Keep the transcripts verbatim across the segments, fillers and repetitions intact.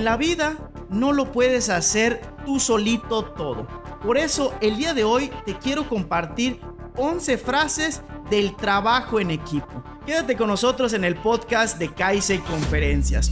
la vida no lo puedes hacer tú solito todo. Por eso el día de hoy te quiero compartir once frases del trabajo en equipo. Quédate con nosotros en el podcast de Kaizen Conferencias.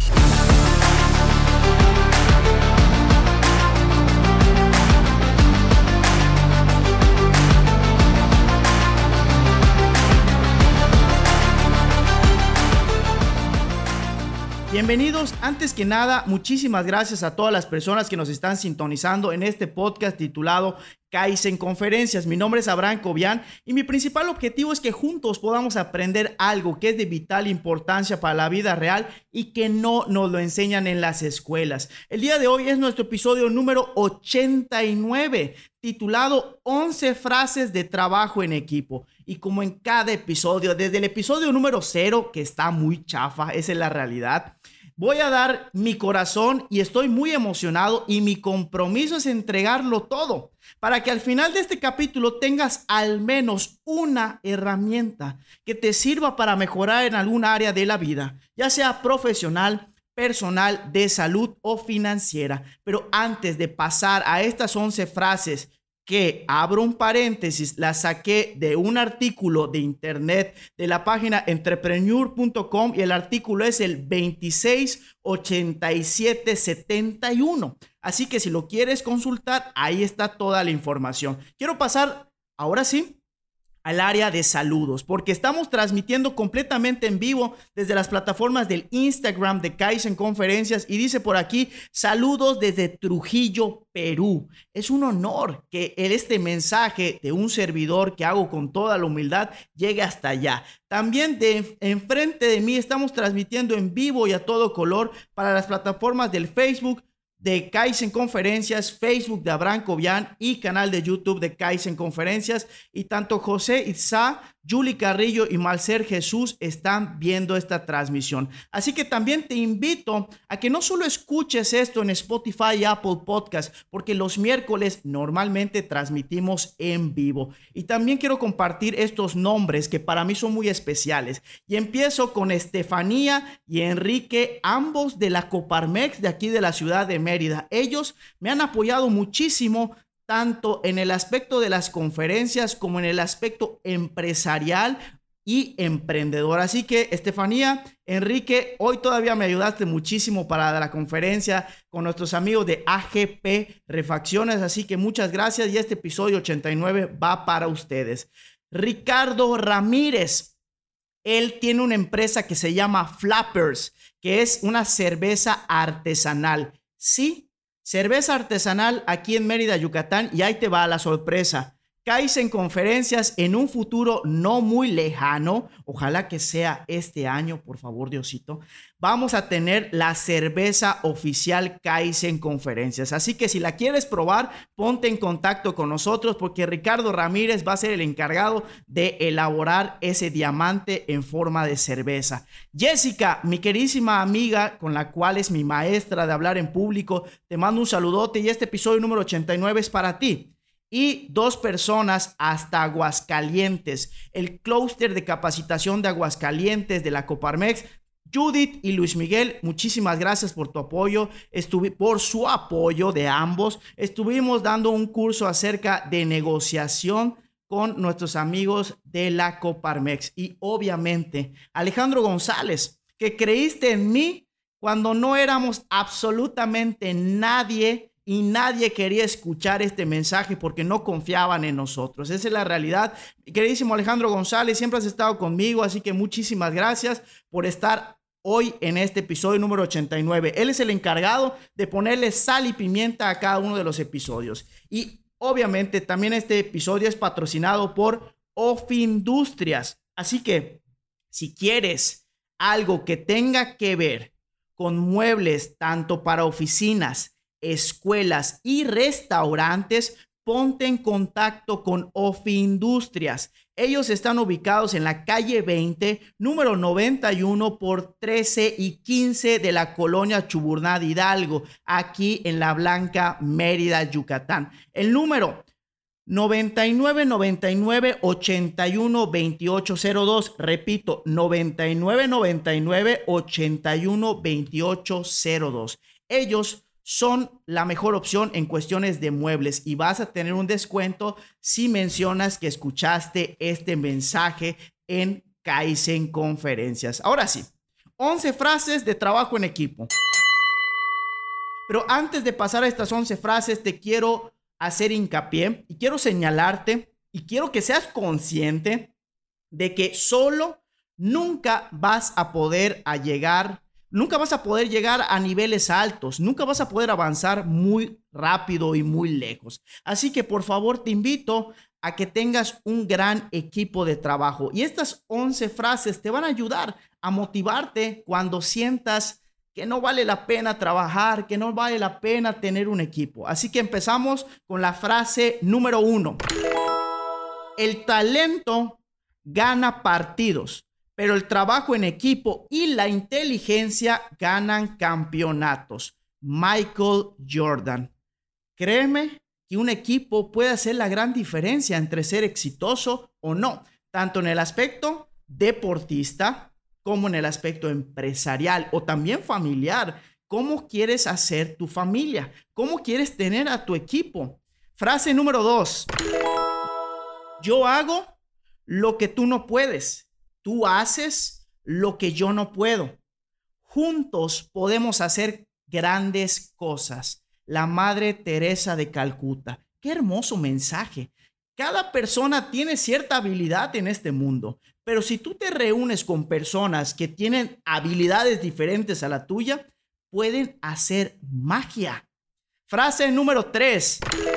Bienvenidos. Antes que nada, muchísimas gracias a todas las personas que nos están sintonizando en este podcast titulado Kaizen Conferencias. Mi nombre es Abraham Cobian y mi principal objetivo es que juntos podamos aprender algo que es de vital importancia para la vida real y que no nos lo enseñan en las escuelas. El día de hoy es nuestro episodio número ochenta y nueve, titulado once frases de trabajo en equipo. Y como en cada episodio, desde el episodio número cero, que está muy chafa, esa es la realidad, voy a dar mi corazón y estoy muy emocionado y mi compromiso es entregarlo todo para que al final de este capítulo tengas al menos una herramienta que te sirva para mejorar en algún área de la vida, ya sea profesional, personal, de salud o financiera. Pero antes de pasar a estas once frases, que abro un paréntesis, la saqué de un artículo de internet de la página entrepreneur punto com y el artículo es el veintiséis ochenta y siete setenta y uno. Así que si lo quieres consultar, ahí está toda la información. Quiero pasar ahora sí al área de saludos, porque estamos transmitiendo completamente en vivo desde las plataformas del Instagram de Kaizen Conferencias y dice por aquí, saludos desde Trujillo, Perú. Es un honor que este mensaje de un servidor que hago con toda la humildad llegue hasta allá. También de enfrente de mí estamos transmitiendo en vivo y a todo color para las plataformas del Facebook de Kaizen Conferencias, Facebook de Abraham Cobian y canal de YouTube de Kaizen Conferencias. Y tanto José Itzá, Julie Carrillo y Malcer Jesús están viendo esta transmisión. Así que también te invito a que no solo escuches esto en Spotify y Apple Podcast, porque los miércoles normalmente transmitimos en vivo. Y también quiero compartir estos nombres que para mí son muy especiales. Y empiezo con Estefanía y Enrique, ambos de la Coparmex de aquí de la ciudad de Mérida. Ellos me han apoyado muchísimo tanto en el aspecto de las conferencias como en el aspecto empresarial y emprendedor. Así que Estefanía, Enrique, hoy todavía me ayudaste muchísimo para la conferencia con nuestros amigos de A G P Refacciones. Así que muchas gracias y este episodio ochenta y nueve va para ustedes. Ricardo Ramírez, él tiene una empresa que se llama Flappers, que es una cerveza artesanal. Sí, cerveza artesanal aquí en Mérida, Yucatán, y ahí te va la sorpresa. Kaizen Conferencias en un futuro no muy lejano, ojalá que sea este año, por favor, Diosito, vamos a tener la cerveza oficial Kaizen Conferencias. Así que si la quieres probar, ponte en contacto con nosotros porque Ricardo Ramírez va a ser el encargado de elaborar ese diamante en forma de cerveza. Jessica, mi queridísima amiga con la cual es mi maestra de hablar en público, te mando un saludote y este episodio número ochenta y nueve es para ti. Y dos personas hasta Aguascalientes, el clúster de capacitación de Aguascalientes de la Coparmex, Judith y Luis Miguel, muchísimas gracias por tu apoyo, Estuve, por su apoyo de ambos. Estuvimos dando un curso acerca de negociación con nuestros amigos de la Coparmex. Y obviamente Alejandro González, que creíste en mí cuando no éramos absolutamente nadie y nadie quería escuchar este mensaje porque no confiaban en nosotros. Esa es la realidad. Mi queridísimo Alejandro González, siempre has estado conmigo, así que muchísimas gracias por estar hoy en este episodio número ochenta y nueve. Él es el encargado de ponerle sal y pimienta a cada uno de los episodios. Y obviamente también este episodio es patrocinado por Ofindustrias. Así que si quieres algo que tenga que ver con muebles tanto para oficinas, escuelas y restaurantes, ponte en contacto con Ofindustrias. Ellos están ubicados en la calle veinte, número noventa y uno por trece y quince de la colonia Chuburná de Hidalgo, aquí en La Blanca, Mérida, Yucatán. El número noventa y nueve noventa y nueve ochenta y uno veintiocho cero dos, repito, noventa y nueve noventa y nueve ochenta y uno veintiocho cero dos. Ellos son la mejor opción en cuestiones de muebles y vas a tener un descuento si mencionas que escuchaste este mensaje en Kaizen Conferencias. Ahora sí, once frases de trabajo en equipo. Pero antes de pasar a estas once frases, te quiero hacer hincapié y quiero señalarte y quiero que seas consciente de que solo nunca vas a poder a llegar, nunca vas a poder llegar a niveles altos, nunca vas a poder avanzar muy rápido y muy lejos. Así que por favor te invito a que tengas un gran equipo de trabajo y estas once frases te van a ayudar a motivarte cuando sientas que no vale la pena trabajar, que no vale la pena tener un equipo. Así que empezamos con la frase número uno. El talento gana partidos, pero el trabajo en equipo y la inteligencia ganan campeonatos. Michael Jordan. Créeme que un equipo puede hacer la gran diferencia entre ser exitoso o no, tanto en el aspecto deportista como en el aspecto empresarial o también familiar. ¿Cómo quieres hacer tu familia? ¿Cómo quieres tener a tu equipo? Frase número dos. Yo hago lo que tú no puedes. Tú haces lo que yo no puedo. Juntos podemos hacer grandes cosas. La Madre Teresa de Calcuta. Qué hermoso mensaje. Cada persona tiene cierta habilidad en este mundo, pero si tú te reúnes con personas que tienen habilidades diferentes a la tuya, pueden hacer magia. Frase número tres.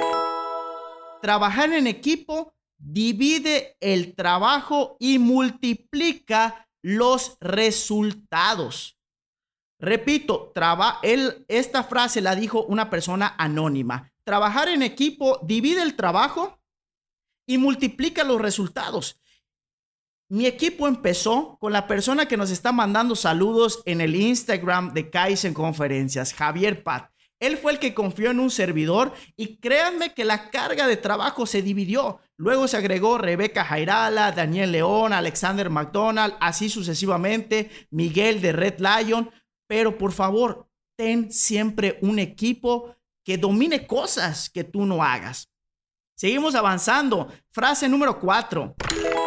Trabajar en equipo divide el trabajo y multiplica los resultados. Repito, traba, él, esta frase la dijo una persona anónima. Trabajar en equipo divide el trabajo y multiplica los resultados. Mi equipo empezó con la persona que nos está mandando saludos en el Instagram de Kaizen Conferencias, Javier Pat. Él fue el que confió en un servidor y créanme que la carga de trabajo se dividió. Luego se agregó Rebeca Jairala, Daniel León, Alexander McDonald, así sucesivamente, Miguel de Red Lion. Pero por favor, ten siempre un equipo que domine cosas que tú no hagas. Seguimos avanzando. Frase número cuatro.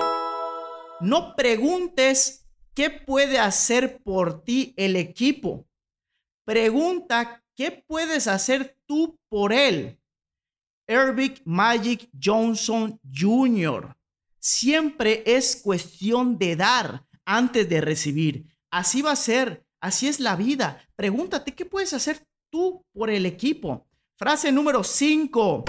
No preguntes qué puede hacer por ti el equipo. Pregunta qué puedes hacer tú por él. Eric Magic Johnson junior Siempre es cuestión de dar antes de recibir. Así va a ser. Así es la vida. Pregúntate qué puedes hacer tú por el equipo. Frase número cinco.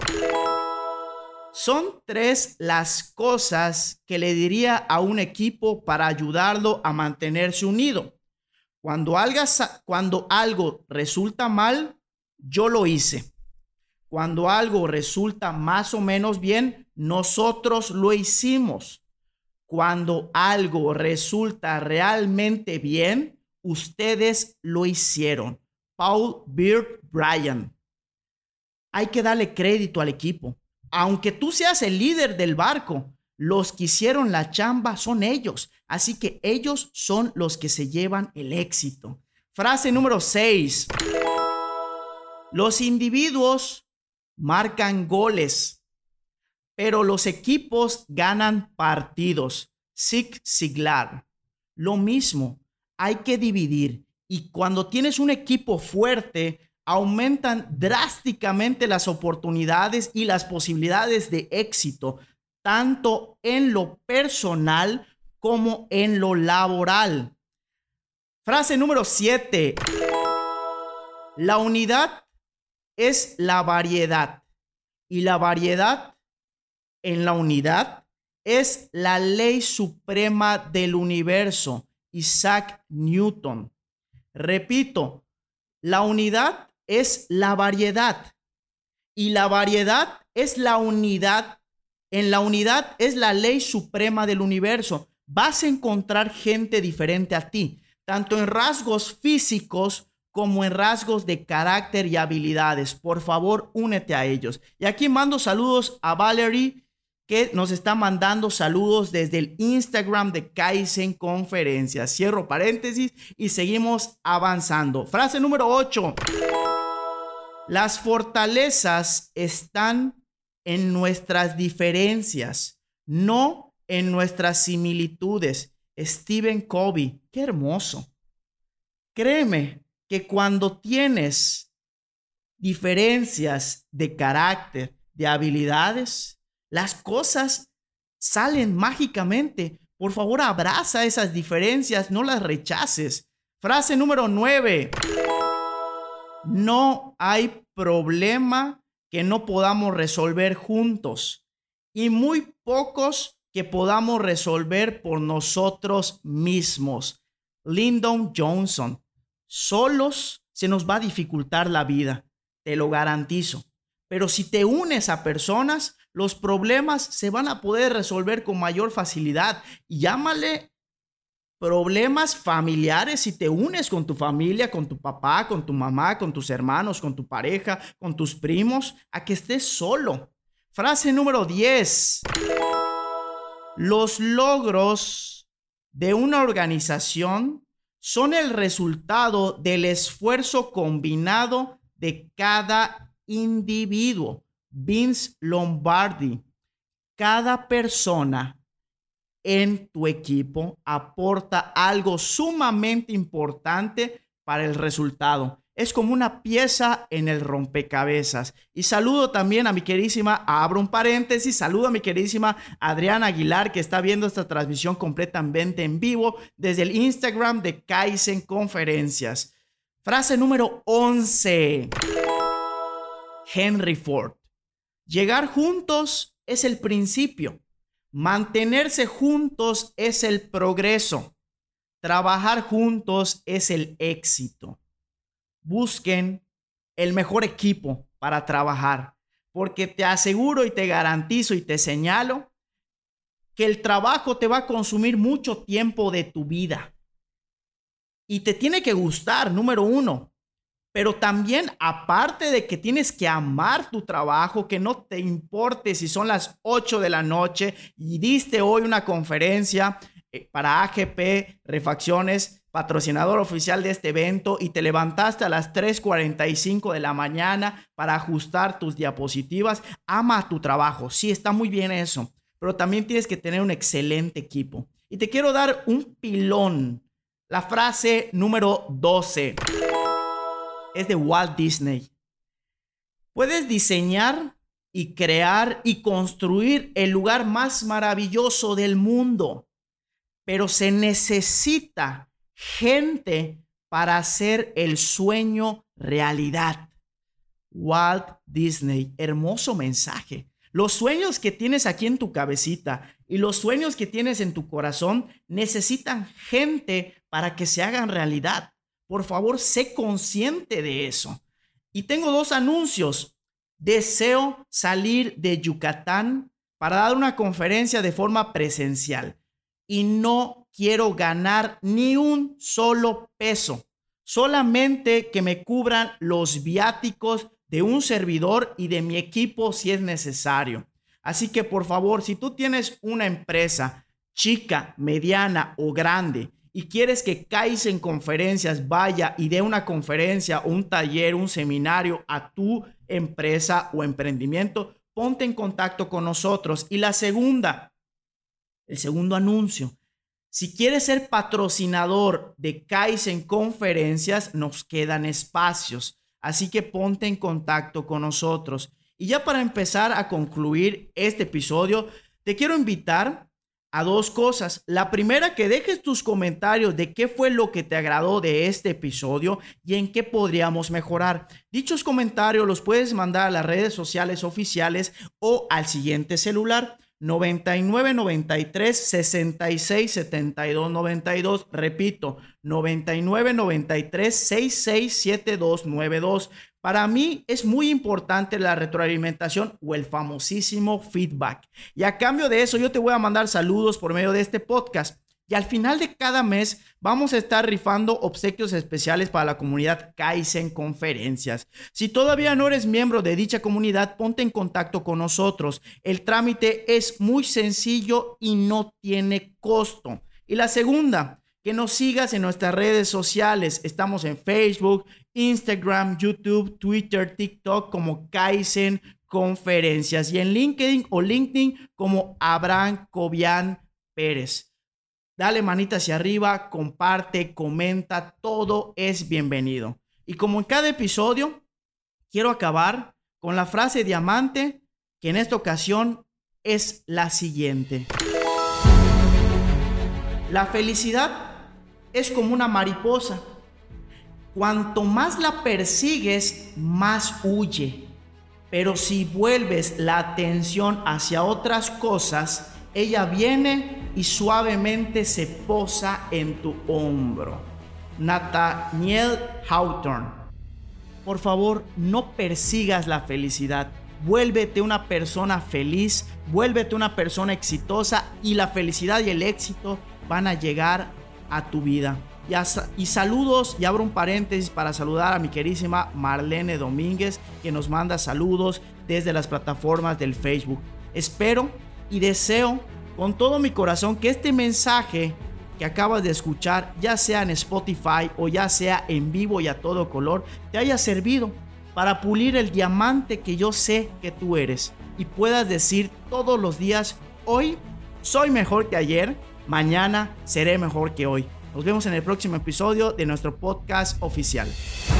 Son tres las cosas que le diría a un equipo para ayudarlo a mantenerse unido. Cuando algo, cuando algo resulta mal, yo lo hice. Cuando algo resulta más o menos bien, nosotros lo hicimos. Cuando algo resulta realmente bien, ustedes lo hicieron. Paul Beard Bryant. Hay que darle crédito al equipo. Aunque tú seas el líder del barco, los que hicieron la chamba son ellos. Así que ellos son los que se llevan el éxito. Frase número seis. Los individuos marcan goles, pero los equipos ganan partidos. Zig Ziglar. Lo mismo, hay que dividir. Y cuando tienes un equipo fuerte, aumentan drásticamente las oportunidades y las posibilidades de éxito, tanto en lo personal como en lo laboral. Frase número siete. La unidad es la variedad y la variedad en la unidad es la ley suprema del universo. Isaac Newton. Repito, la unidad es la variedad y la variedad es la unidad. En la unidad es la ley suprema del universo. Vas a encontrar gente diferente a ti, tanto en rasgos físicos como en rasgos de carácter y habilidades. Por favor, únete a ellos. Y aquí mando saludos a Valerie, que nos está mandando saludos desde el Instagram de Kaizen Conferencias. Cierro paréntesis y seguimos avanzando. Frase número ocho. Las fortalezas están en nuestras diferencias, no en nuestras similitudes. Stephen Covey, qué hermoso. Créeme que cuando tienes diferencias de carácter, de habilidades, las cosas salen mágicamente. Por favor, abraza esas diferencias, no las rechaces. Frase número nueve. No hay problema que no podamos resolver juntos y muy pocos que podamos resolver por nosotros mismos. Lyndon Johnson. Solos se nos va a dificultar la vida, te lo garantizo. Pero si te unes a personas, los problemas se van a poder resolver con mayor facilidad. Y llámale problemas familiares si te unes con tu familia, con tu papá, con tu mamá, con tus hermanos, con tu pareja, con tus primos, a que estés solo. Frase número diez. Los logros de una organización son el resultado del esfuerzo combinado de cada individuo. Vince Lombardi. Cada persona en tu equipo aporta algo sumamente importante para el resultado. Es como una pieza en el rompecabezas. Y saludo también a mi queridísima, abro un paréntesis, saludo a mi queridísima Adriana Aguilar, que está viendo esta transmisión completamente en vivo desde el Instagram de Kaizen Conferencias. Frase número once. Henry Ford. Llegar juntos es el principio. Mantenerse juntos es el progreso. Trabajar juntos es el éxito. Busquen el mejor equipo para trabajar, porque te aseguro y te garantizo y te señalo que el trabajo te va a consumir mucho tiempo de tu vida. Y te tiene que gustar, número uno. Pero también, aparte de que tienes que amar tu trabajo, que no te importe si son las ocho de la noche y diste hoy una conferencia para A G P Refacciones, patrocinador oficial de este evento, y te levantaste a las tres cuarenta y cinco de la mañana para ajustar tus diapositivas. Ama tu trabajo. Sí, está muy bien eso, pero también tienes que tener un excelente equipo. Y te quiero dar un pilón. La frase número doce. Es de Walt Disney. Puedes diseñar y crear y construir el lugar más maravilloso del mundo, pero se necesita gente para hacer el sueño realidad. Walt Disney, hermoso mensaje. Los sueños que tienes aquí en tu cabecita y los sueños que tienes en tu corazón necesitan gente para que se hagan realidad. Por favor, sé consciente de eso. Y tengo dos anuncios. Deseo salir de Yucatán para dar una conferencia de forma presencial. Y no quiero ganar ni un solo peso. Solamente que me cubran los viáticos de un servidor y de mi equipo si es necesario. Así que, por favor, si tú tienes una empresa chica, mediana o grande, y quieres que Kaizen Conferencias vaya y dé una conferencia, un taller, un seminario a tu empresa o emprendimiento, ponte en contacto con nosotros. Y la segunda, el segundo anuncio, si quieres ser patrocinador de Kaizen Conferencias, nos quedan espacios. Así que ponte en contacto con nosotros. Y ya para empezar a concluir este episodio, te quiero invitar a dos cosas. La primera, que dejes tus comentarios de qué fue lo que te agradó de este episodio y en qué podríamos mejorar. Dichos comentarios los puedes mandar a las redes sociales oficiales o al siguiente celular: noventa y nueve, noventa y tres, sesenta y seis, setenta y dos, noventa y dos. Repito, noventa y nueve, noventa y tres, sesenta y seis, setenta y dos, noventa y dos. Para mí es muy importante la retroalimentación o el famosísimo feedback. Y a cambio de eso, yo te voy a mandar saludos por medio de este podcast. Y al final de cada mes vamos a estar rifando obsequios especiales para la comunidad Kaizen Conferencias. Si todavía no eres miembro de dicha comunidad, ponte en contacto con nosotros. El trámite es muy sencillo y no tiene costo. Y la segunda, que nos sigas en nuestras redes sociales. Estamos en Facebook, Instagram, YouTube, Twitter, TikTok como Kaizen Conferencias y en LinkedIn o LinkedIn como Abraham Cobian Pérez. Dale manita hacia arriba, comparte, comenta, todo es bienvenido. Y como en cada episodio, quiero acabar con la frase diamante, que en esta ocasión es la siguiente. La felicidad es como una mariposa. Cuanto más la persigues, más huye. Pero si vuelves la atención hacia otras cosas, ella viene y suavemente se posa en tu hombro. Nathaniel Hawthorne. Por favor, no persigas la felicidad. Vuélvete una persona feliz, vuélvete una persona exitosa y la felicidad y el éxito van a llegar a tu vida. Y, a, y saludos, y abro un paréntesis para saludar a mi queridísima Marlene Domínguez, que nos manda saludos desde las plataformas del Facebook. Espero y deseo con todo mi corazón que este mensaje que acabas de escuchar, ya sea en Spotify o ya sea en vivo y a todo color, te haya servido para pulir el diamante que yo sé que tú eres y puedas decir todos los días: hoy soy mejor que ayer, mañana seré mejor que hoy. Nos vemos en el próximo episodio de nuestro podcast oficial.